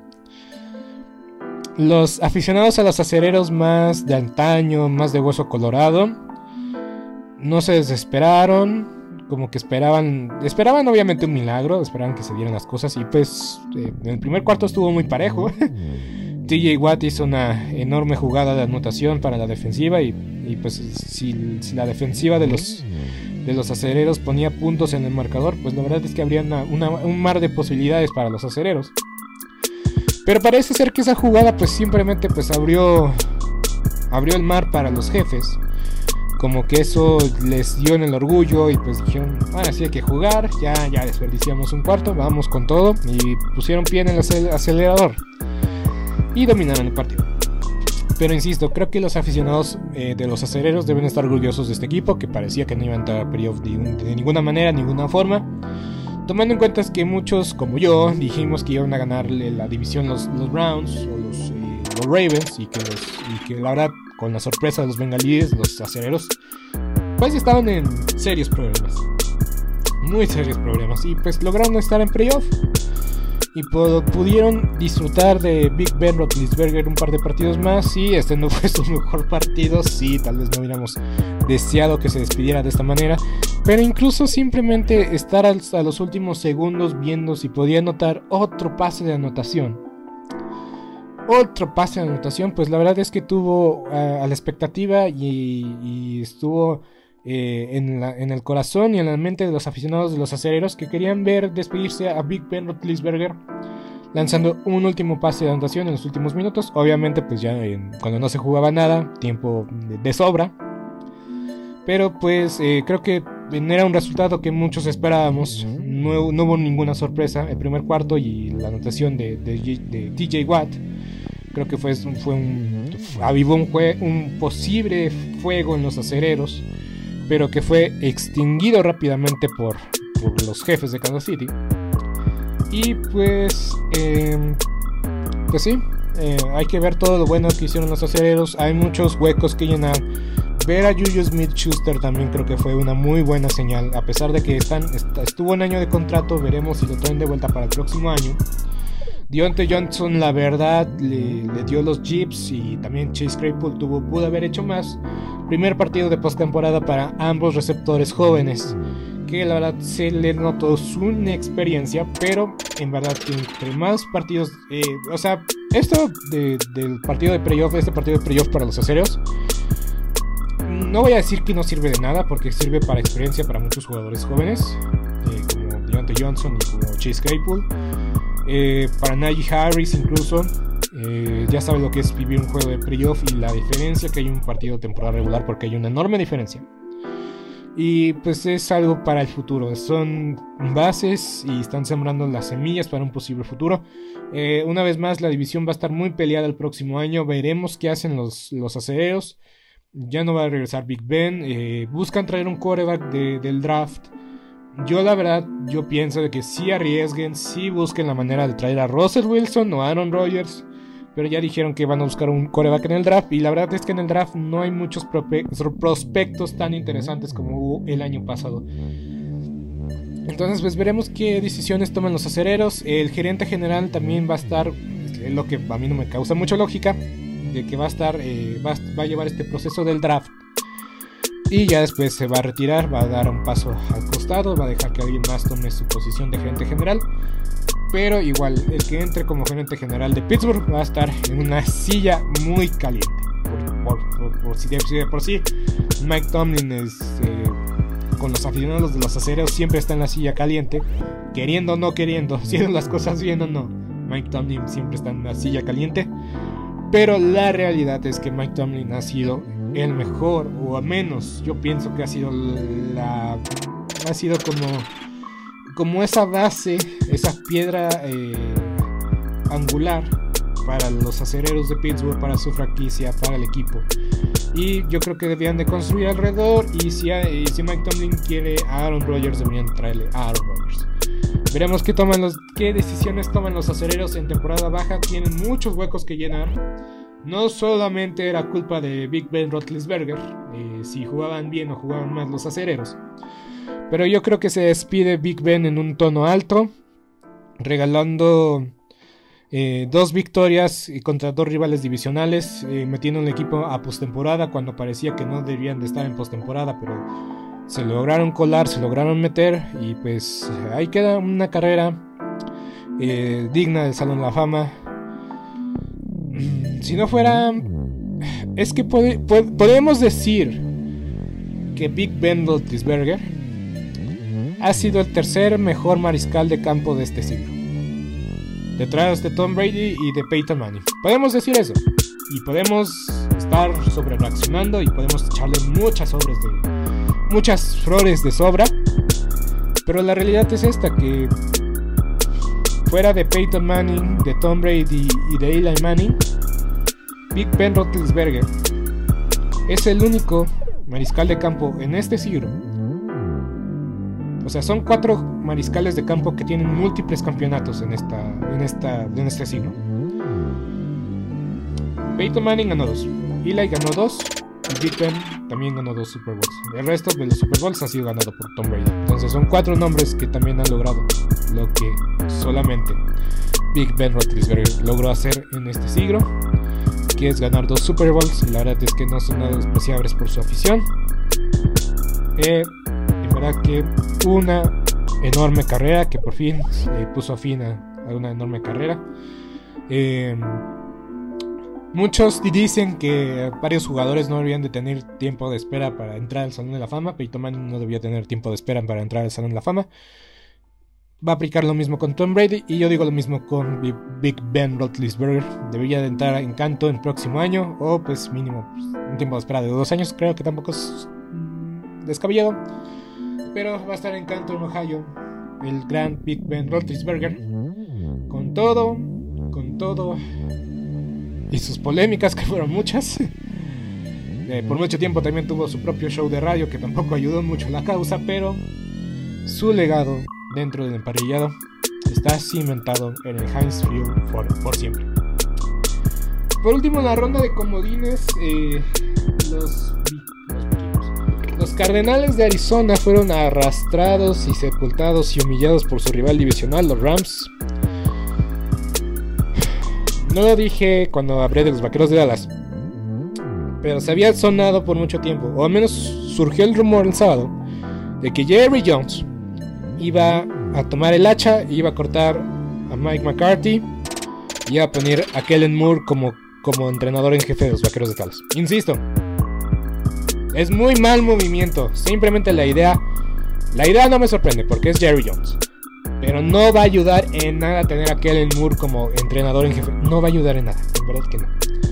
los aficionados a los acereros más de antaño, más de hueso colorado, no se desesperaron. Como que esperaban obviamente un milagro, esperaban que se dieran las cosas. Y pues en el primer cuarto estuvo muy parejo. TJ Watt hizo una enorme jugada de anotación para la defensiva. Y pues si la defensiva de los acereros ponía puntos en el marcador, pues la verdad es que habría un mar de posibilidades para los acereros. Pero parece ser que esa jugada pues simplemente pues abrió el mar para los jefes. Como que eso les dio en el orgullo y pues dijeron, ahora sí hay que jugar, ya desperdiciamos un cuarto, vamos con todo. Y pusieron pie en el acelerador y dominaron el partido. Pero insisto, creo que los aficionados de los acereros deben estar orgullosos de este equipo, que parecía que no iba a entrar a playoff de ninguna manera, ninguna forma. Tomando en cuenta que muchos, como yo, dijimos que iban a ganar la división los Browns o los Ravens, y que la verdad, con la sorpresa de los bengalíes, los acereros, pues estaban en serios problemas. muy serios problemas, y pues lograron estar en playoff y pudieron disfrutar de Big Ben Roethlisberger un par de partidos más. Y este no fue su mejor partido, sí, tal vez no hubiéramos deseado que se despidiera de esta manera, pero incluso simplemente estar hasta los últimos segundos viendo si podía anotar otro pase de anotación, pues la verdad es que tuvo a la expectativa y estuvo en el corazón y en la mente de los aficionados de los Acereros, que querían ver despedirse a Big Ben Roethlisberger lanzando un último pase de anotación en los últimos minutos. Obviamente pues ya cuando no se jugaba nada, tiempo de sobra, pero pues creo que era un resultado que muchos esperábamos. No hubo ninguna sorpresa. El primer cuarto y la anotación de TJ Watt creo que avivó un posible fuego en los Acereros, pero que fue extinguido rápidamente por los jefes de Kansas City. Y pues sí, hay que ver todo lo bueno que hicieron los Acereros. Hay muchos huecos que llenar. Ver a Juju Smith-Schuster también creo que fue una muy buena señal. A pesar de que estuvo un año de contrato, veremos si lo traen de vuelta para el próximo año. Diontae Johnson, la verdad, le dio los chips, y también Chase Claypool pudo haber hecho más. Primer partido de postemporada para ambos receptores jóvenes, que la verdad se le notó su inexperiencia, pero en verdad que entre más partidos, esto del partido de playoff, para los Acereros, no voy a decir que no sirve de nada, porque sirve para experiencia para muchos jugadores jóvenes, como Diontae Johnson y como Chase Claypool. Para Najee Harris incluso, ya sabe lo que es vivir un juego de playoff y la diferencia que hay en un partido de temporada regular, porque hay una enorme diferencia. Y pues es algo para el futuro, son bases y están sembrando las semillas para un posible futuro. Una vez más, la división va a estar muy peleada el próximo año. Veremos qué hacen los Acereros. Ya no va a regresar Big Ben. Buscan traer un quarterback del draft. Yo la verdad, pienso de que sí arriesguen, sí busquen la manera de traer a Russell Wilson o Aaron Rodgers, pero ya dijeron que van a buscar un quarterback en el draft, y la verdad es que en el draft no hay muchos prospectos tan interesantes como hubo el año pasado. Entonces pues veremos qué decisiones toman los Acereros. El gerente general también va a estar, es lo que a mí no me causa mucha lógica, de que va a llevar este proceso del draft y ya después se va a retirar, va a dar un paso al costado, va a dejar que alguien más tome su posición de gerente general. Pero igual, el que entre como gerente general de Pittsburgh va a estar en una silla muy caliente. Por sí, Mike Tomlin con los aficionados de los Acereros siempre está en la silla caliente, queriendo o no queriendo, haciendo las cosas bien o no. Mike Tomlin siempre está en la silla caliente. Pero la realidad es que Mike Tomlin ha sido el mejor, o al menos yo pienso que ha sido como esa base, esa piedra angular para los Acereros de Pittsburgh, para su franquicia, para el equipo. Y yo creo que debían de construir alrededor, y si Mike Tomlin quiere a Aaron Rodgers, deberían traerle a Aaron Rodgers. Veremos qué decisiones toman los Acereros en temporada baja. Tienen muchos huecos que llenar. No solamente era culpa de Big Ben Roethlisberger, si jugaban bien o jugaban mal los Acereros, pero yo creo que se despide Big Ben en un tono alto, regalando 2 victorias contra 2 rivales divisionales, metiendo el equipo a postemporada cuando parecía que no debían de estar en postemporada, pero se lograron colar, se lograron meter, y pues ahí queda una carrera digna del Salón de la Fama. Si no fuera, es que podemos decir que Big Ben Roethlisberger ha sido el tercer mejor mariscal de campo de este siglo, detrás de Tom Brady y de Peyton Manning. Podemos decir eso, y podemos estar sobre reaccionando, y podemos echarle muchas flores de sobra, pero la realidad es esta, que fuera de Peyton Manning, de Tom Brady y de Eli Manning, Big Ben Roethlisberger es el único mariscal de campo en este siglo. O sea, son 4 mariscales de campo que tienen múltiples campeonatos en este siglo. Peyton Manning ganó 2, Eli ganó 2, y Big Ben también ganó 2 Super Bowls. El resto de los Super Bowls han sido ganados por Tom Brady. Entonces son 4 nombres que también han logrado lo que solamente Big Ben Roethlisberger logró hacer en este siglo, que es ganar 2 Super Bowls. La verdad es que no son nada despreciables por su afición. En verdad que una enorme carrera que por fin puso fin a una enorme carrera. Muchos dicen que varios jugadores no deberían de tener tiempo de espera para entrar al Salón de la Fama. Peyton Manning no debía tener tiempo de espera para entrar al Salón de la Fama. Va a aplicar lo mismo con Tom Brady, y yo digo lo mismo con Big Ben Roethlisberger. Debería de entrar en Canto el próximo año, o pues mínimo un tiempo de espera de 2 años. Creo que tampoco es descabellado, pero va a estar en Canto, en Ohio, el gran Big Ben Roethlisberger, con todo y sus polémicas, que fueron muchas. Por mucho tiempo también tuvo su propio show de radio, que tampoco ayudó mucho a la causa, pero su legado dentro del emparrillado está cimentado en el Heinz Field por siempre. Por último, en la ronda de comodines, los Cardenales de Arizona fueron arrastrados y sepultados y humillados por su rival divisional, los Rams. No lo dije cuando hablé de los Vaqueros de Dallas, pero se había sonado por mucho tiempo, o al menos surgió el rumor el sábado, de que Jerry Jones iba a tomar el hacha, iba a cortar a Mike McCarthy y iba a poner a Kellen Moore como entrenador en jefe de los Vaqueros de Dallas. Insisto, es muy mal movimiento. Simplemente la idea no me sorprende porque es Jerry Jones, pero no va a ayudar en nada tener a Kellen Moore como entrenador en jefe. No va a ayudar en nada, en verdad que no.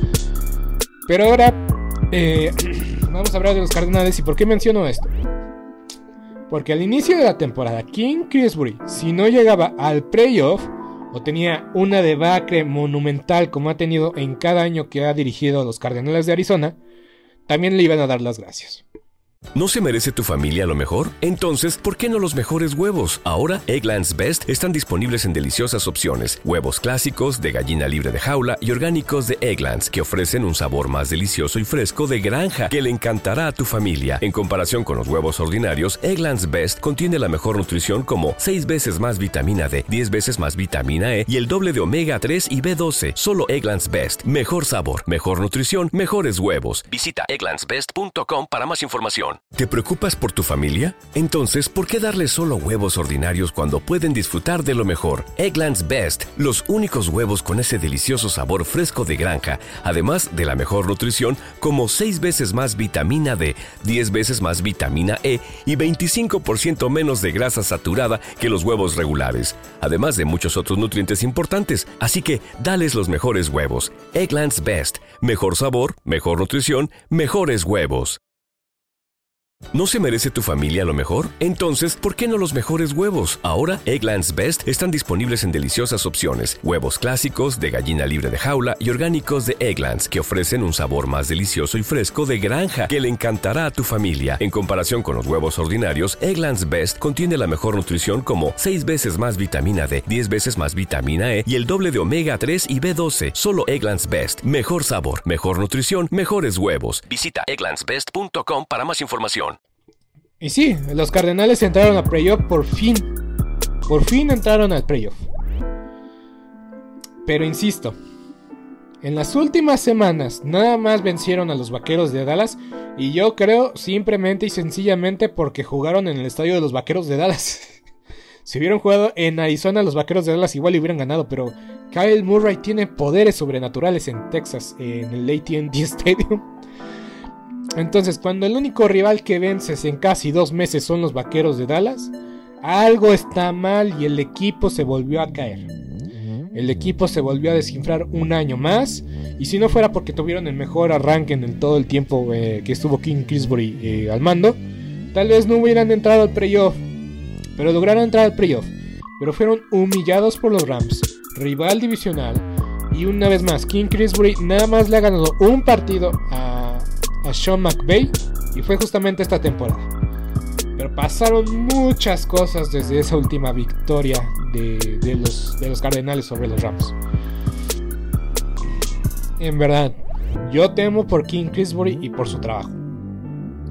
Pero ahora vamos a hablar de los Cardenales. ¿Y por qué menciono esto? Porque al inicio de la temporada, King Kingsbury, si no llegaba al playoff o tenía una debacle monumental como ha tenido en cada año que ha dirigido a los Cardenales de Arizona, también le iban a dar las gracias. ¿No se merece tu familia lo mejor? Entonces, ¿por qué no los mejores huevos? Ahora, Eggland's Best están disponibles en deliciosas opciones. Huevos clásicos, de gallina libre de jaula y orgánicos de Eggland's, que ofrecen un sabor más delicioso y fresco de granja que le encantará a tu familia. En comparación con los huevos ordinarios, Eggland's Best contiene la mejor nutrición, como 6 veces más vitamina D, 10 veces más vitamina E y el doble de omega 3 y B12. Solo Eggland's Best. Mejor sabor, mejor nutrición, mejores huevos. Visita egglandsbest.com para más información. ¿Te preocupas por tu familia? Entonces, ¿por qué darles solo huevos ordinarios cuando pueden disfrutar de lo mejor? Eggland's Best, los únicos huevos con ese delicioso sabor fresco de granja, además de la mejor nutrición, como 6 veces más vitamina D, 10 veces más vitamina E y 25% menos de grasa saturada que los huevos regulares, además de muchos otros nutrientes importantes. Así que, dales los mejores huevos. Eggland's Best, mejor sabor, mejor nutrición, mejores huevos. ¿No se merece tu familia lo mejor? Entonces, ¿por qué no los mejores huevos? Ahora, Eggland's Best están disponibles en deliciosas opciones. Huevos clásicos, de gallina libre de jaula y orgánicos de Eggland's, que ofrecen un sabor más delicioso y fresco de granja que le encantará a tu familia. En comparación con los huevos ordinarios, Eggland's Best contiene la mejor nutrición, como 6 veces más vitamina D, 10 veces más vitamina E y el doble de omega 3 y B12. Solo Eggland's Best. Mejor sabor, mejor nutrición, mejores huevos. Visita egglandsbest.com para más información. Y sí, los Cardenales entraron a playoff por fin. Por fin entraron al playoff. Pero insisto, en las últimas semanas nada más vencieron a los Vaqueros de Dallas. Y yo creo simplemente y sencillamente porque jugaron en el estadio de los Vaqueros de Dallas. Si hubieran jugado en Arizona, los Vaqueros de Dallas igual hubieran ganado. Pero Kyle Murray tiene poderes sobrenaturales en Texas, en el AT&T Stadium. Entonces, cuando el único rival que vences en casi 2 meses son los Vaqueros de Dallas, algo está mal y el equipo se volvió a caer. El equipo se volvió a desinflar un año más. Y si no fuera porque tuvieron el mejor arranque en todo el tiempo que estuvo King Kingsbury al mando, tal vez no hubieran entrado al playoff. Pero lograron entrar al playoff. Pero fueron humillados por los Rams, rival divisional. Y una vez más, King Kingsbury nada más le ha ganado un partido a Sean McVay, y fue justamente esta temporada. Pero pasaron muchas cosas desde esa última victoria de los Cardenales sobre los Rams. En verdad, yo temo por King Kingsbury y por su trabajo.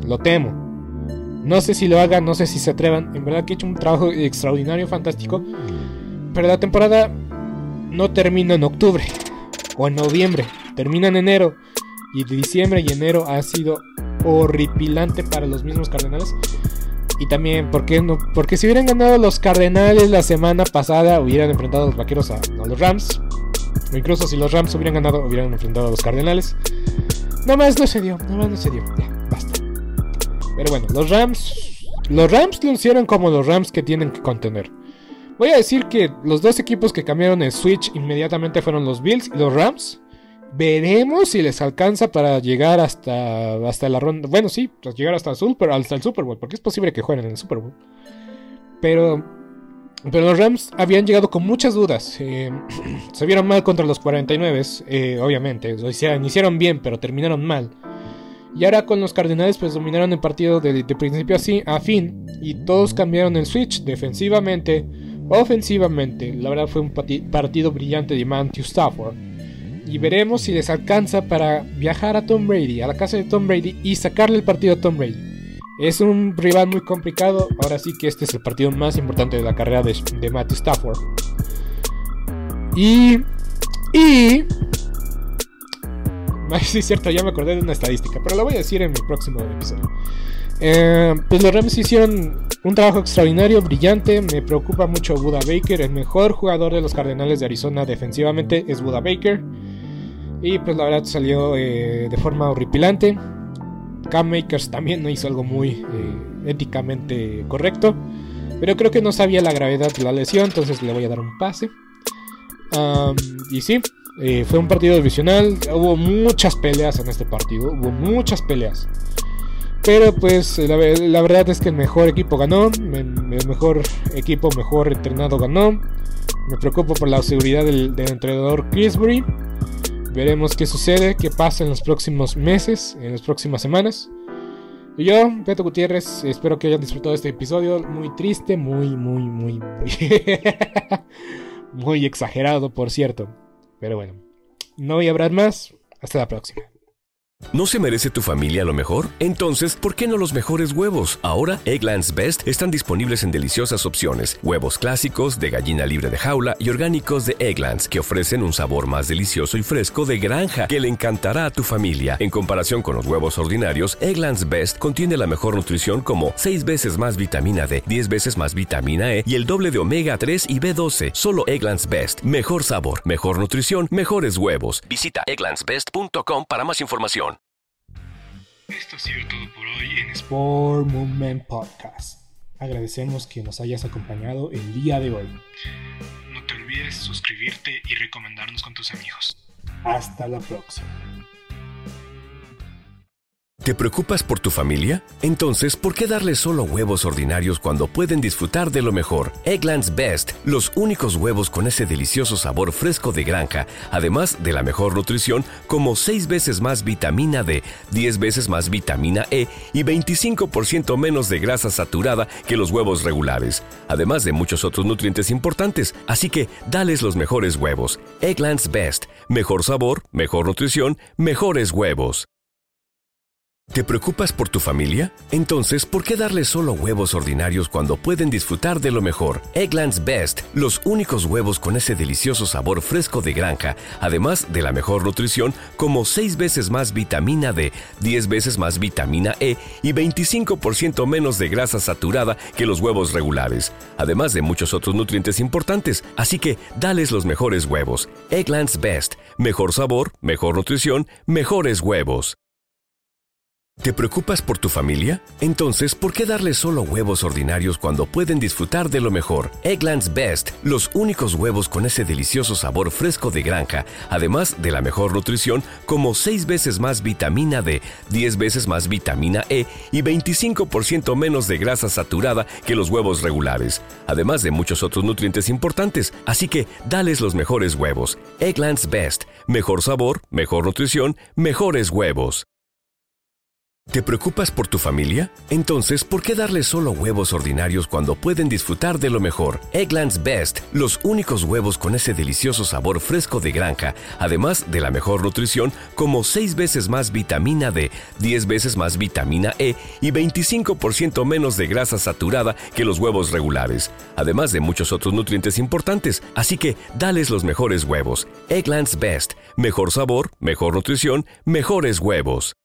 Lo temo. No sé si lo hagan, no sé si se atrevan. En verdad que he hecho un trabajo extraordinario, fantástico. Pero la temporada no termina en octubre o en noviembre. Termina en enero. Y diciembre y enero ha sido horripilante para los mismos Cardenales. Y también, ¿por qué no? Porque si hubieran ganado los Cardenales la semana pasada, hubieran enfrentado a los Vaqueros a los Rams. O incluso si los Rams hubieran ganado, hubieran enfrentado a los Cardenales. Nada más no se dio. Ya, basta. Pero bueno, los Rams lo hicieron como los Rams que tienen que contener. Voy a decir que los dos equipos que cambiaron el switch inmediatamente fueron los Bills y los Rams. Veremos si les alcanza para llegar hasta la ronda. Bueno, sí, pues llegar hasta el Super Bowl, porque es posible que jueguen en el Super Bowl. Pero los Rams habían llegado con muchas dudas. Se vieron mal contra los 49, obviamente. Iniciaron bien, pero terminaron mal. Y ahora con los Cardenales pues dominaron el partido de principio a fin. Y todos cambiaron el switch defensivamente, ofensivamente. La verdad fue un partido brillante de Matthew Stafford. Y veremos si les alcanza para viajar a Tom Brady, a la casa de Tom Brady, y sacarle el partido a Tom Brady. Es un rival muy complicado. Ahora sí que este es el partido más importante de la carrera de Matthew Stafford. Y sí, es cierto, ya me acordé de una estadística, pero la voy a decir en mi próximo episodio. Pues los Rams hicieron un trabajo extraordinario, brillante. Me preocupa mucho Budda Baker. El mejor jugador de los Cardenales de Arizona defensivamente es Budda Baker. Y pues la verdad salió de forma horripilante. Cam Akers también no hizo algo muy éticamente correcto. Pero creo que no sabía la gravedad de la lesión, entonces le voy a dar un pase. Y sí, fue un partido divisional. Hubo muchas peleas en este partido. Pero pues la verdad es que el mejor equipo ganó. El mejor equipo, mejor entrenado ganó. Me preocupo por la seguridad del entrenador Kingsbury. Veremos qué sucede, qué pasa en los próximos meses, en las próximas semanas. Y yo, Beto Gutiérrez, espero que hayan disfrutado de este episodio. Muy triste, muy muy exagerado, por cierto. Pero bueno, no voy a hablar más. Hasta la próxima. ¿No se merece tu familia lo mejor? Entonces, ¿por qué no los mejores huevos? Ahora, Eggland's Best están disponibles en deliciosas opciones. Huevos clásicos, de gallina libre de jaula y orgánicos de Eggland's, que ofrecen un sabor más delicioso y fresco de granja que le encantará a tu familia. En comparación con los huevos ordinarios, Eggland's Best contiene la mejor nutrición como 6 veces más vitamina D, 10 veces más vitamina E y el doble de omega 3 y B12. Solo Eggland's Best. Mejor sabor, mejor nutrición, mejores huevos. Visita egglandsbest.com para más información. Esto ha sido todo por hoy en Sport Movement Podcast. Agradecemos que nos hayas acompañado el día de hoy. No te olvides suscribirte y recomendarnos con tus amigos. Hasta la próxima. ¿Te preocupas por tu familia? Entonces, ¿por qué darles solo huevos ordinarios cuando pueden disfrutar de lo mejor? Eggland's Best, los únicos huevos con ese delicioso sabor fresco de granja, además de la mejor nutrición como 6 veces más vitamina D, 10 veces más vitamina E y 25% menos de grasa saturada que los huevos regulares, además de muchos otros nutrientes importantes. Así que, dales los mejores huevos. Eggland's Best, mejor sabor, mejor nutrición, mejores huevos. ¿Te preocupas por tu familia? Entonces, ¿por qué darles solo huevos ordinarios cuando pueden disfrutar de lo mejor? Eggland's Best, los únicos huevos con ese delicioso sabor fresco de granja, además de la mejor nutrición como 6 veces más vitamina D, 10 veces más vitamina E y 25% menos de grasa saturada que los huevos regulares, además de muchos otros nutrientes importantes. Así que, dales los mejores huevos. Eggland's Best, mejor sabor, mejor nutrición, mejores huevos. ¿Te preocupas por tu familia? Entonces, ¿por qué darles solo huevos ordinarios cuando pueden disfrutar de lo mejor? Eggland's Best, los únicos huevos con ese delicioso sabor fresco de granja, además de la mejor nutrición como 6 veces más vitamina D, 10 veces más vitamina E y 25% menos de grasa saturada que los huevos regulares, además de muchos otros nutrientes importantes. Así que, dales los mejores huevos. Eggland's Best, mejor sabor, mejor nutrición, mejores huevos. ¿Te preocupas por tu familia? Entonces, ¿por qué darles solo huevos ordinarios cuando pueden disfrutar de lo mejor? Eggland's Best, los únicos huevos con ese delicioso sabor fresco de granja, además de la mejor nutrición, como 6 veces más vitamina D, 10 veces más vitamina E y 25% menos de grasa saturada que los huevos regulares, además de muchos otros nutrientes importantes. Así que, dales los mejores huevos. Eggland's Best, mejor sabor, mejor nutrición, mejores huevos.